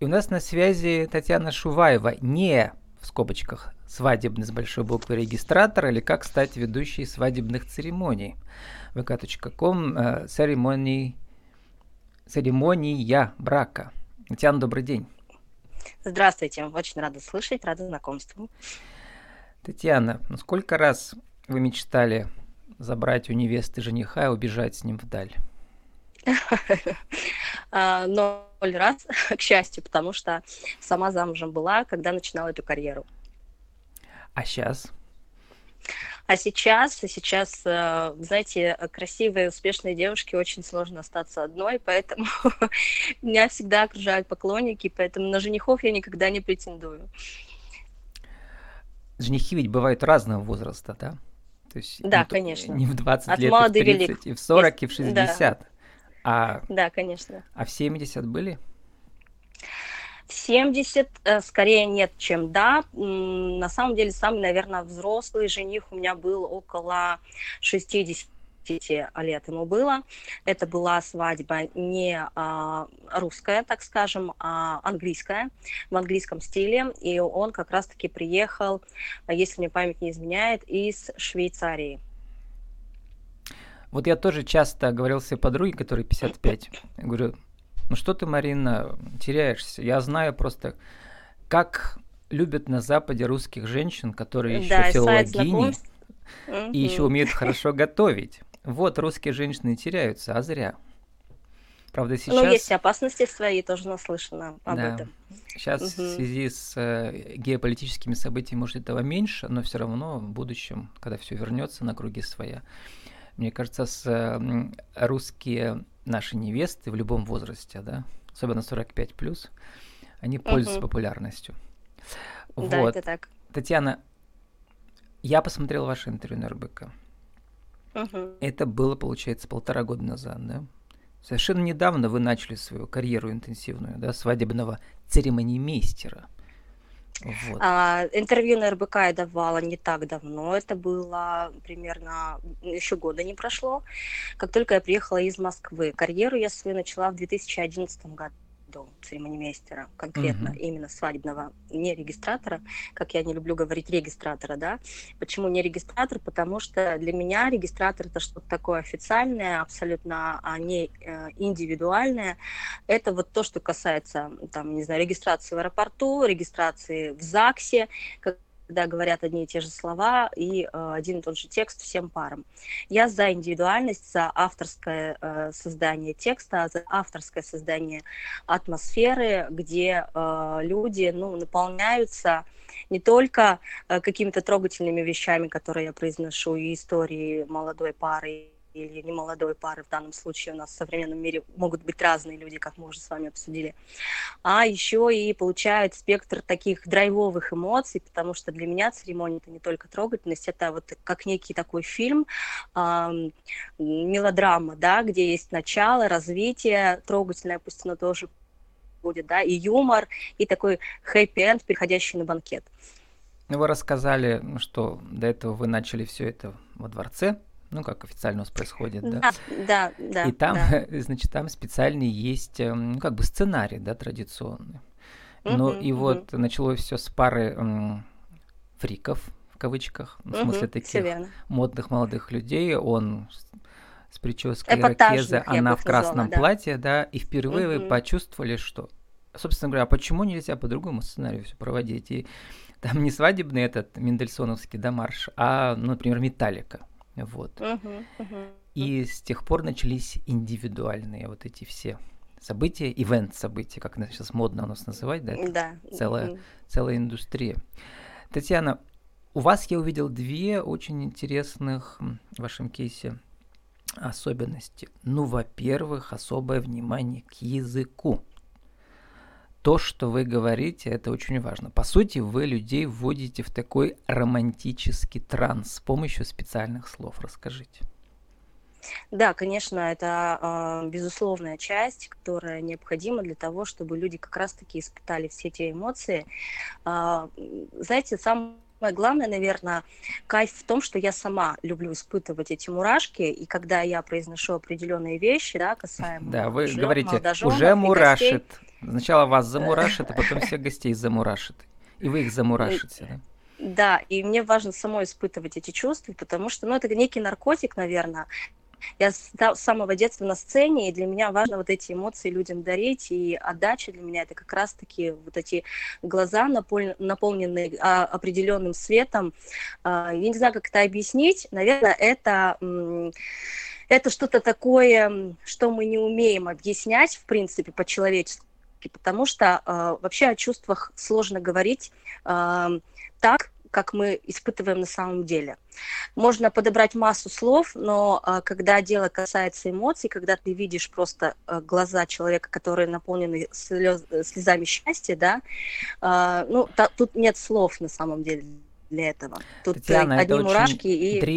И у нас на связи Татьяна Шуваева, не в скобочках свадебный с большой буквы регистратор, или как стать ведущей свадебных церемоний. vk.com церемония брака. Татьяна, добрый день. Здравствуйте, очень рада слышать, рада знакомству. Татьяна, сколько раз вы мечтали забрать у невесты жениха и убежать с ним вдаль? 0 раз, к счастью, потому что сама замужем была, когда начинала эту карьеру. А сейчас? А сейчас, знаете, красивые, успешные девушки очень сложно остаться одной, поэтому меня всегда окружают поклонники, поэтому на женихов я никогда не претендую. Женихи ведь бывают разного возраста, да? То есть Да, конечно. не в 20 От лет, и в молоды 30, велик. и в 40, и в 60. Да, конечно. А в 70 были? В 70 скорее нет, чем да. На самом деле, самый, наверное, взрослый жених у меня был около 60 лет ему было. Это была свадьба не русская, так скажем, а английская, в английском стиле. И он как раз-таки приехал, если мне память не изменяет, из Швейцарии. Вот я тоже часто говорил своей подруге, которой 55, я говорю, ну что ты, Марина, теряешься? Я знаю просто, как любят на Западе русских женщин, которые еще филологини и еще умеют хорошо готовить. Вот русские женщины теряются, а зря. Правда, сейчас... Ну, есть опасности свои, тоже наслышана об этом. Сейчас в связи с геополитическими событиями, может, этого меньше, но все равно в будущем, когда все вернется на круги своя, мне кажется, русские наши невесты в любом возрасте, да, особенно 45+, они пользуются популярностью. Да, это так. Татьяна, я посмотрел ваше интервью на РБК. Это было, получается, 1,5 года назад, да? Совершенно недавно вы начали свою карьеру интенсивную, да, свадебного церемонимейстера. Вот. Интервью на РБК я давала не так давно, это было примерно, еще года не прошло, как только я приехала из Москвы. Карьеру я свою начала в 2011 году, церемонимейстера, конкретно именно свадебного, не регистратора, как я не люблю говорить регистратора, да. Почему не регистратор? Потому что для меня регистратор это что-то такое официальное, абсолютно не индивидуальное. Это вот то, что касается, там, не знаю, регистрации в аэропорту, регистрации в ЗАГСе, когда говорят одни и те же слова и один и тот же текст всем парам. Я за индивидуальность, за авторское создание текста, за авторское создание атмосферы, где люди наполняются не только какими-то трогательными вещами, которые я произношу, и истории молодой пары, или не молодой пары, в данном случае у нас в современном мире могут быть разные люди, как мы уже с вами обсудили, а еще и получают спектр таких драйвовых эмоций, потому что для меня церемония это не только трогательность, это вот как некий такой фильм, мелодрама, да, где есть начало, развитие, трогательное, пусть оно тоже будет, да, и юмор, и такой хэппи-энд, переходящий на банкет. Вы рассказали, что до этого вы начали все это во дворце, ну, как официально у нас происходит, да? Да. И там, значит, там специальный есть, ну, как бы сценарий, да, традиционный. Ну, и вот началось все с пары фриков, в кавычках, в смысле таких модных молодых людей. Он с прической ирокеза, она в красном платье, да, и впервые вы почувствовали, что, собственно говоря, а почему нельзя по другому сценарию все проводить? И там не свадебный этот мендельсоновский, да, марш, а, ну, например, Металлика. Вот. И с тех пор начались индивидуальные вот эти все события, ивент-события, как сейчас модно у нас называть, да? Да. Целая индустрия. Татьяна, у вас я увидел 2 очень интересных в вашем кейсе особенности. Ну, во-первых, особое внимание к языку. То, что вы говорите, это очень важно. По сути, вы людей вводите в такой романтический транс с помощью специальных слов. Расскажите. Да, конечно, это безусловная часть, которая необходима для того, чтобы люди как раз-таки испытали все эти эмоции. Знаете, самое главное, наверное, кайф в том, что я сама люблю испытывать эти мурашки, и когда я произношу определенные вещи, да, касаемо да, вы жен, говорите, молодоженов уже мурашит. Сначала вас замурашит, а потом всех гостей замурашит. И вы их замурашите, да? Да, и мне важно самой испытывать эти чувства, потому что, ну, это некий наркотик, наверное. Я с самого детства на сцене, и для меня важно вот эти эмоции людям дарить, и отдача для меня это как раз-таки вот эти глаза, наполненные определенным светом. Я не знаю, как это объяснить. Наверное, это что-то такое, что мы не умеем объяснять, в принципе, по-человечески, потому что вообще о чувствах сложно говорить так, как мы испытываем на самом деле. Можно подобрать массу слов, но когда дело касается эмоций, когда ты видишь просто глаза человека, которые наполнены слезами счастья, да, тут нет слов на самом деле для этого. Тут Татьяна, одни это мурашки очень и...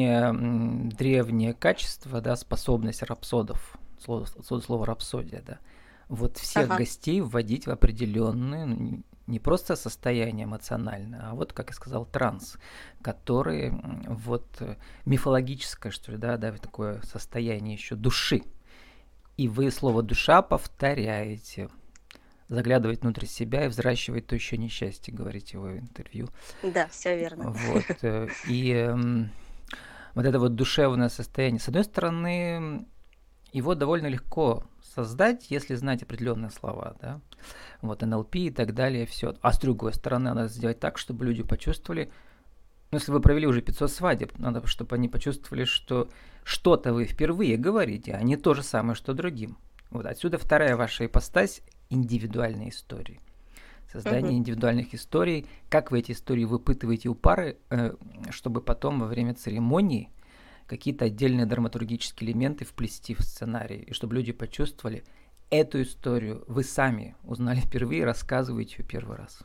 древнее качество, да, способность рапсодов, слово рапсодия, да. Вот всех гостей вводить в определенные, не просто состояние эмоциональное, а вот, как я сказал, транс, который вот мифологическое, что ли, да, такое состояние еще души. И вы слово «душа» повторяете, заглядывать внутрь себя и взращивать то еще несчастье, говорите вы в интервью. Да, все верно. Вот, и вот это вот душевное состояние, с одной стороны, его довольно легко создать, если знать определенные слова, да, вот НЛП и так далее, все. А с другой стороны, надо сделать так, чтобы люди почувствовали, ну, если вы провели уже 500 свадеб, надо, чтобы они почувствовали, что что-то вы впервые говорите, а не то же самое, что другим. Вот отсюда вторая ваша ипостась – индивидуальные истории. Создание индивидуальных историй, как вы эти истории выпытываете у пары, чтобы потом во время церемонии какие-то отдельные драматургические элементы вплести в сценарий, и чтобы люди почувствовали, эту историю вы сами узнали впервые и рассказываете ее первый раз.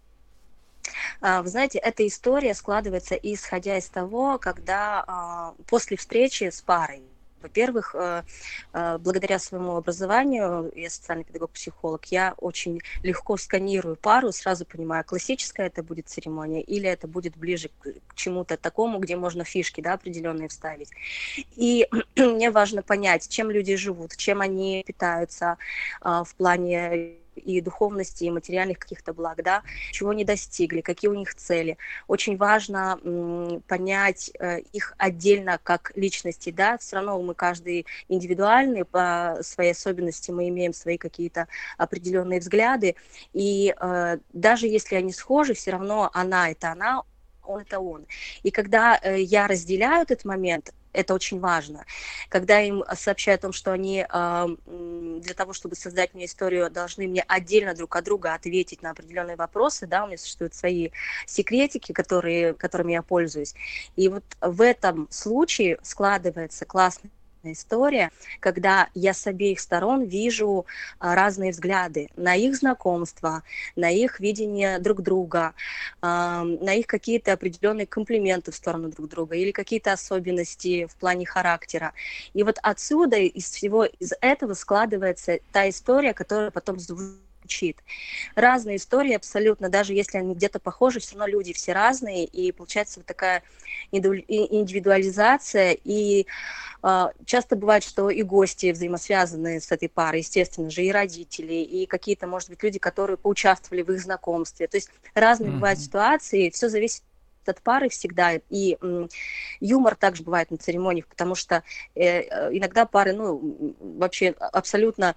Вы знаете, эта история складывается исходя из того, когда после встречи с парой, во-первых, благодаря своему образованию, я социальный педагог-психолог, я очень легко сканирую пару, сразу понимаю, классическая это будет церемония или это будет ближе к чему-то такому, где можно фишки, да, определенные вставить. И мне важно понять, чем люди живут, чем они питаются в плане и духовности, и материальных каких-то благ, да, чего они достигли, какие у них цели. Очень важно понять их отдельно как личности, да, все равно мы каждый индивидуальный, по своей особенности мы имеем свои какие-то определенные взгляды, и даже если они схожи, все равно она – это она, он – это он. И когда я разделяю этот момент, это очень важно. Когда им сообщаю о том, что они для того, чтобы создать мне историю, должны мне отдельно друг от друга ответить на определенные вопросы, да, у меня существуют свои секретики, которыми я пользуюсь. И вот в этом случае складывается классный история, когда я с обеих сторон вижу разные взгляды на их знакомство, на их видение друг друга, на их какие-то определенные комплименты в сторону друг друга или какие-то особенности в плане характера. И вот отсюда, из этого складывается та история, которая потом звучит. Разные истории абсолютно, даже если они где-то похожи, все равно люди все разные, и получается вот такая индивидуализация, и часто бывает, что и гости взаимосвязаны с этой парой, естественно же, и родители, и какие-то, может быть, люди, которые поучаствовали в их знакомстве. То есть разные бывают ситуации, все зависит от пары всегда, и юмор также бывает на церемониях, потому что иногда пары, вообще абсолютно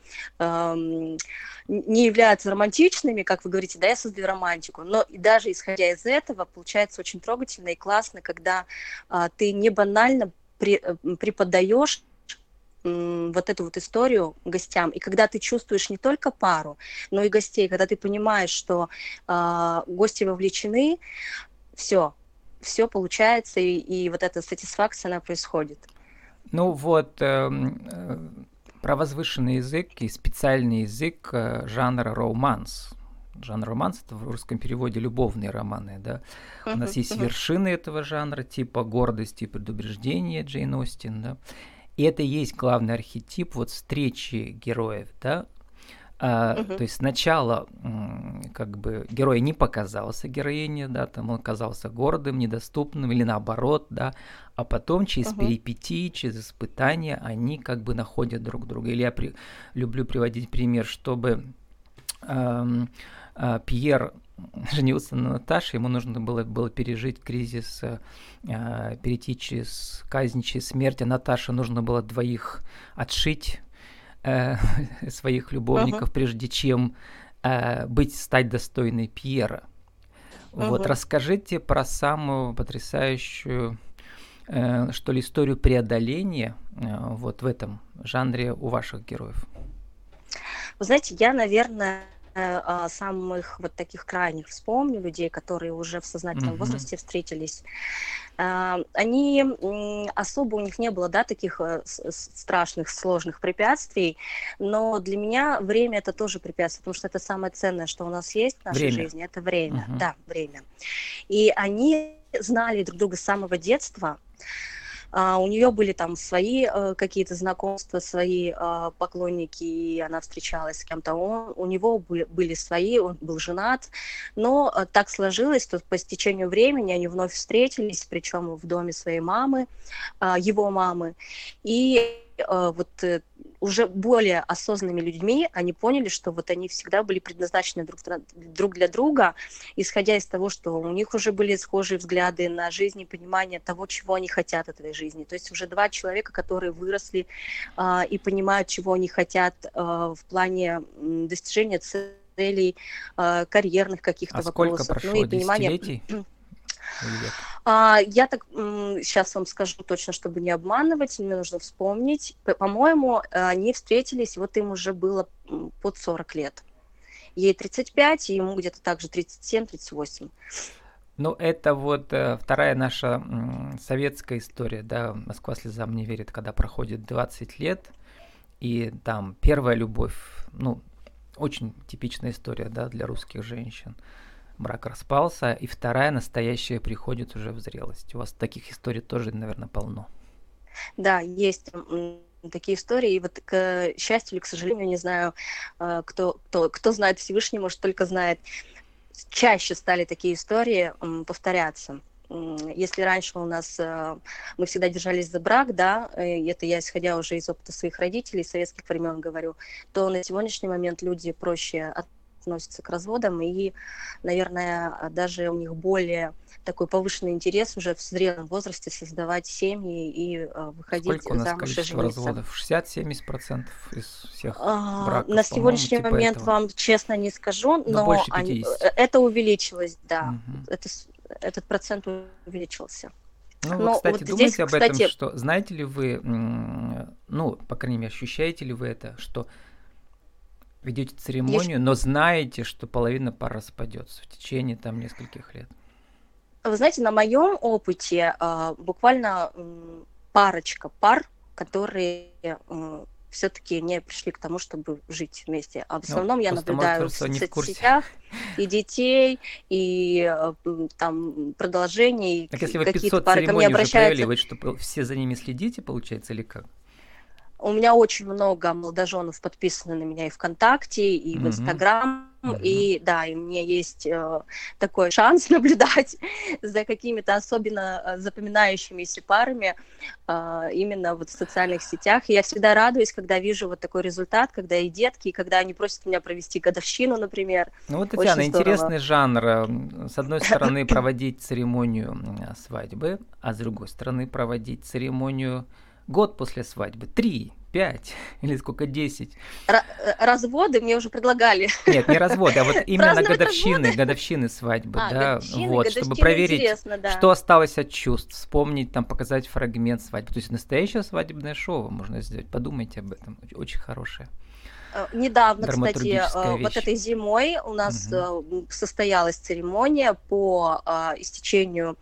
не являются романтичными, как вы говорите, да, я создаю романтику, но и даже исходя из этого, получается очень трогательно и классно, когда ты не банально преподаешь вот эту вот историю гостям, и когда ты чувствуешь не только пару, но и гостей, когда ты понимаешь, что гости вовлечены, все получается, и вот эта сатисфакция, она происходит. Ну вот, про возвышенный язык и специальный язык жанра романс. Жанр романс – это в русском переводе любовные романы, да. У нас есть вершины этого жанра, типа «Гордость и предубеждение» Джейн Остин, да. И это и есть главный архетип вот встречи героев, да. То есть сначала как бы герой не показался героине, да, там он оказался гордым, недоступным или наоборот, да, а потом через перипетии, через испытания они как бы находят друг друга. Или я люблю приводить пример, чтобы Пьер женился на Наташе, ему нужно было пережить кризис, перейти через казнь, через смерть, а Наташе нужно было двоих отшить, своих любовников, прежде чем стать достойной Пьера. Вот, расскажите про самую потрясающую, что ли, историю преодоления вот в этом жанре у ваших героев. Вы знаете, я, наверное, самых вот таких крайних вспомню, людей, которые уже в сознательном возрасте встретились. Они особо, у них не было, да, таких страшных, сложных препятствий, но для меня время — это тоже препятствие, потому что это самое ценное, что у нас есть в нашей жизни, это время, да, время. И они знали друг друга с самого детства. У нее были там свои какие-то знакомства, свои поклонники, и она встречалась с кем-то. У него были свои, он был женат. Но так сложилось, что по стечению времени они вновь встретились, причем в доме своей мамы, его мамы. И вот уже более осознанными людьми они поняли, что вот они всегда были предназначены друг для друга, исходя из того, что у них уже были схожие взгляды на жизнь и понимание того, чего они хотят от этой жизни. То есть уже два человека, которые выросли и понимают, чего они хотят в плане достижения целей, карьерных каких-то вопросов. Сколько прошло, десятилетий? Я так сейчас вам скажу точно, чтобы не обманывать, мне нужно вспомнить. По-моему, они встретились, вот им уже было под 40 лет. Ей 35, и ему где-то также 37-38. Ну, это вот вторая наша советская история, да, «Москва слезам не верит», когда проходит 20 лет, и там первая любовь, ну, очень типичная история, да, для русских женщин. Брак распался, и вторая настоящая приходит уже в зрелость. У вас таких историй тоже, наверное, полно. Да, есть такие истории, и вот к счастью или к сожалению, не знаю, кто знает Всевышний, может, только знает, чаще стали такие истории повторяться. Если раньше у нас мы всегда держались за брак, да, и это я исходя уже из опыта своих родителей, советских времен говорю, то на сегодняшний момент люди проще относятся к разводам, и, наверное, даже у них более такой повышенный интерес уже в зрелом возрасте создавать семьи и выходить замуж и жениться. Сколько у нас количество разводов? 60-70% из всех браков? На сегодняшний момент вам честно не скажу, но это увеличилось, да. Этот процент увеличился. Ну, вы, кстати, вот думаете здесь, об этом, что знаете ли вы, ну, по крайней мере, ощущаете ли вы это, что ведете церемонию, но знаете, что половина пар распадется в течение там нескольких лет? Вы знаете, на моем опыте буквально парочка пар, которые все-таки не пришли к тому, чтобы жить вместе. А в основном я наблюдаю в соцсетях и детей, и там продолжений. Так если вы 500 церемоний уже провели, вы что, все за ними следите, получается, или как? У меня очень много молодоженов подписаны на меня и ВКонтакте, и в Инстаграм, и да, и у меня есть такой шанс наблюдать за какими-то особенно запоминающимися парами именно вот в социальных сетях. И я всегда радуюсь, когда вижу вот такой результат, когда и детки, и когда они просят меня провести годовщину, например. Ну вот, Татьяна, интересный жанр. С одной стороны, проводить церемонию свадьбы, а с другой стороны, проводить церемонию год после свадьбы, 3, 5 или сколько, 10. Разводы мне уже предлагали. Нет, не разводы, а вот именно годовщины свадьбы, да, вот, чтобы проверить, да, что осталось от чувств, вспомнить, там, показать фрагмент свадьбы. То есть настоящее свадебное шоу можно сделать, подумайте об этом, очень хорошее. Недавно, кстати, вот этой зимой у нас состоялась церемония по истечению,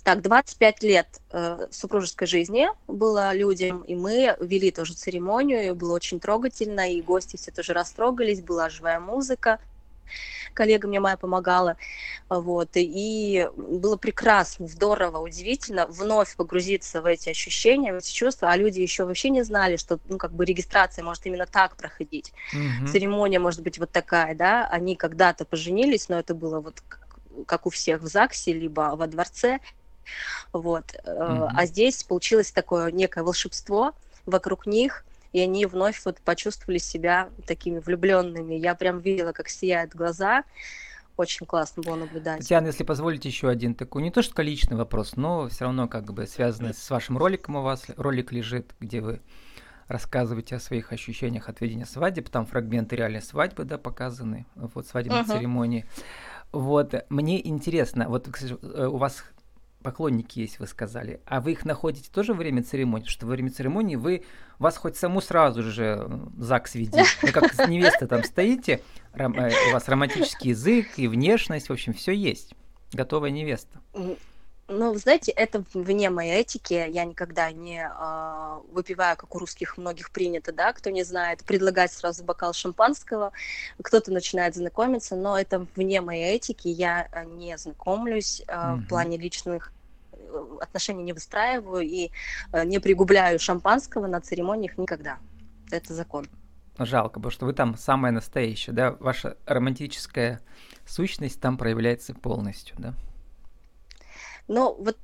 25 лет супружеской жизни было людям, и мы вели тоже церемонию, и было очень трогательно, и гости все тоже растрогались, была живая музыка. Коллега мне моя помогала, вот, и было прекрасно, здорово, удивительно вновь погрузиться в эти ощущения, в эти чувства, а люди еще вообще не знали, что, ну, как бы регистрация может именно так проходить, церемония может быть вот такая, да, они когда-то поженились, но это было вот как у всех в ЗАГСе, либо во дворце, вот, а здесь получилось такое некое волшебство вокруг них, и они вновь вот почувствовали себя такими влюбленными. Я прям видела, как сияют глаза. Очень классно было наблюдать. Татьяна, если позволите, еще один такой, не то что личный вопрос, но все равно как бы связанный с вашим роликом. У вас ролик лежит, где вы рассказываете о своих ощущениях от ведения свадеб, там фрагменты реальной свадьбы, да, показаны, вот свадебной церемонии. Вот, мне интересно, вот, кстати, у вас поклонники есть, вы сказали, а вы их находите тоже во время церемонии? Что во время церемонии вас хоть саму сразу же ЗАГС веди. Вы как невеста там стоите, у вас романтический язык и внешность, в общем, все есть. Готовая невеста. Ну, знаете, это вне моей этики. Я никогда не выпиваю, как у русских многих принято, да, кто не знает, предлагать сразу бокал шампанского. Кто-то начинает знакомиться, но это вне моей этики. Я не знакомлюсь в плане личных отношений, не выстраиваю и не пригубляю шампанского на церемониях никогда. Это закон. Жалко, потому что вы там самая настоящая, да, ваша романтическая сущность там проявляется полностью, да? Но вот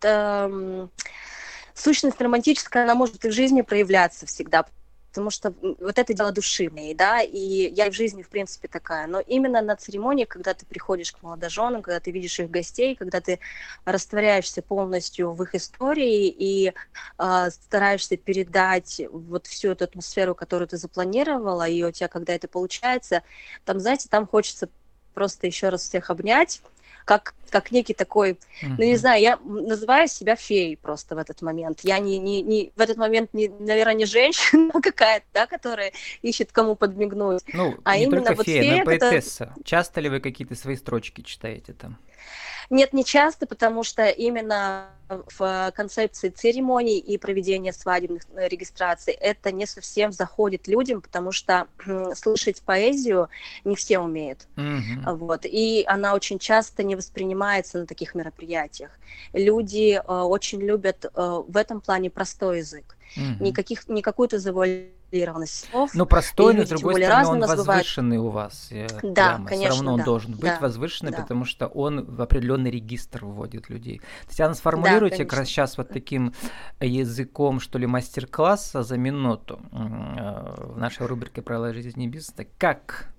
сущность романтическая, она может и в жизни проявляться всегда, потому что вот это дело души моей, да, и я и в жизни, в принципе, такая. Но именно на церемонии, когда ты приходишь к молодоженам, когда ты видишь их гостей, когда ты растворяешься полностью в их истории и стараешься передать вот всю эту атмосферу, которую ты запланировала, и у тебя, когда это получается, там, знаете, там хочется просто еще раз всех обнять, как некий такой, ну, не знаю, я называю себя феей просто в этот момент. Я не в этот момент, наверное, не женщина какая-то, да, которая ищет кому подмигнуть, ну, а не именно только вот фея, фея, но и поэтесса. Часто ли вы какие-то свои строчки читаете там? Нет, не часто, потому что именно в концепции церемоний и проведения свадебных регистраций это не совсем заходит людям, потому что слышать поэзию не все умеют. Вот, и она очень часто не воспринимается на таких мероприятиях. Люди очень любят в этом плане простой язык. Не какую-то завуалированность слов. Ну, простой, но с другой стороны, он возвышенный у вас. Да, конечно, все равно он да, должен быть да, возвышенный, да. потому что он в определенный регистр вводит людей. Татьяна, сформулируйте как раз сейчас вот таким языком, что ли, мастер-класса за минуту в нашей рубрике «Правила жизни и бизнеса». Как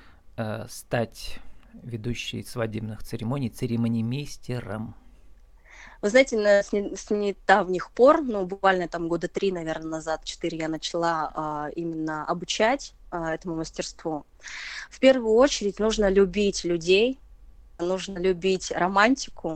стать ведущей свадебных церемоний, церемонимейстером? Вы знаете, с недавних пор, ну, буквально там года 3, наверное, назад, 4, я начала именно обучать этому мастерству. В первую очередь нужно любить людей, нужно любить романтику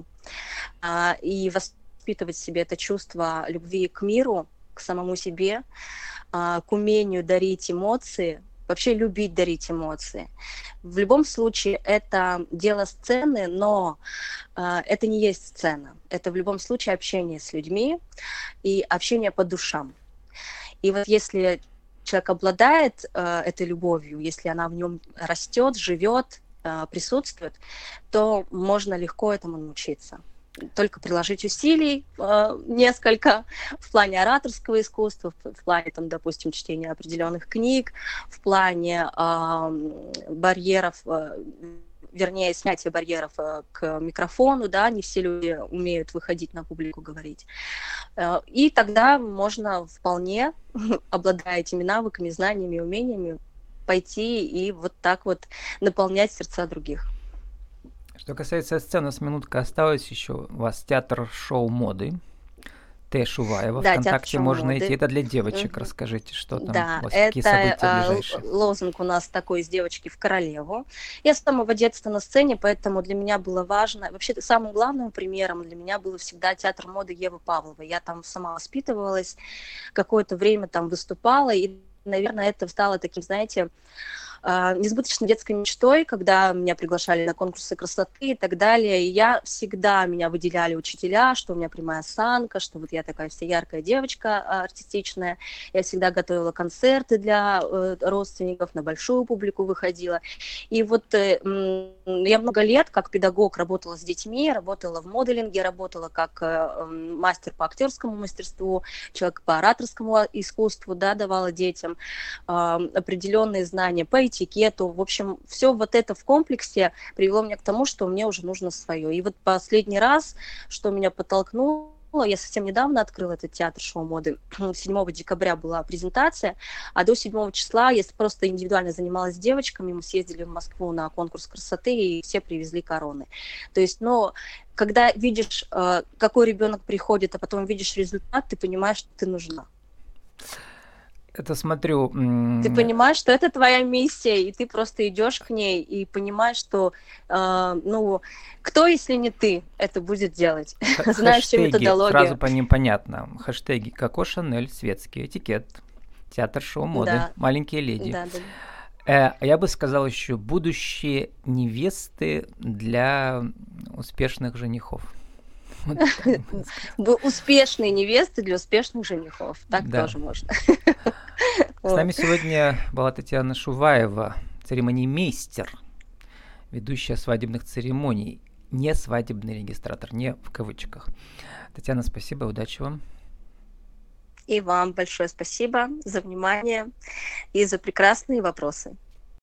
и воспитывать в себе это чувство любви к миру, к самому себе, к умению дарить эмоции, вообще любить дарить эмоции. В любом случае это дело сцены, но это не есть сцена. Это в любом случае общение с людьми и общение по душам. И вот если человек обладает этой любовью, если она в нем растет, живет, присутствует, то можно легко этому научиться. Только приложить усилий несколько в плане ораторского искусства, в плане, там, допустим, чтения определенных книг, в плане барьеров, вернее, снятия барьеров к микрофону, да, не все люди умеют выходить на публику говорить. И тогда можно вполне, обладая этими навыками, знаниями, умениями, пойти и вот так вот наполнять сердца других. Что касается сцены, у нас минутка осталась еще. У вас театр шоу-моды. Т. Шуваева. Да, ВКонтакте можно найти. Это для девочек. Расскажите, что там, да, у вас, какие события ближайшие. Лозунг у нас такой: «С девочки в королеву». Я с самого детства на сцене, поэтому для меня было важно... Вообще, самым главным примером для меня было всегда театр моды Евы Павловой. Я там сама воспитывалась, какое-то время там выступала, и, наверное, это стало таким, знаете, несбыточной детской мечтой, когда меня приглашали на конкурсы красоты и так далее. И меня выделяли учителя, что у меня прямая осанка, что вот я такая вся яркая девочка артистичная. Я всегда готовила концерты для родственников, на большую публику выходила. И вот я много лет как педагог работала с детьми, работала в моделинге, работала как мастер по актерскому мастерству, человек по ораторскому искусству, да, давала детям определенные знания по этикету. В общем, все вот это в комплексе привело меня к тому, что мне уже нужно свое. И вот последний раз, что меня подтолкнуло, Я совсем недавно открыла этот театр шоу-моды. 7 декабря была презентация, а до 7 числа я просто индивидуально занималась с девочками. Мы съездили в Москву на конкурс красоты, и все привезли короны. То есть, когда видишь, какой ребенок приходит, а потом видишь результат, ты понимаешь, что ты нужна. Это смотрю... Ты понимаешь, что это твоя миссия, и ты просто идешь к ней и понимаешь, что, кто, если не ты, это будет делать? Знаешь всю методологию. Сразу по ним понятно. Хэштеги «Коко Шанель», «Светский этикет», «Театр шоу-моды», Да. «Маленькие леди». Да. Я бы сказал еще «Будущие невесты для успешных женихов». Успешные невесты для успешных женихов. Так тоже можно. С нами сегодня была Татьяна Шуваева, церемониймейстер, ведущая свадебных церемоний, не свадебный регистратор, не в кавычках. Татьяна, спасибо, удачи вам. И вам большое спасибо за внимание и за прекрасные вопросы.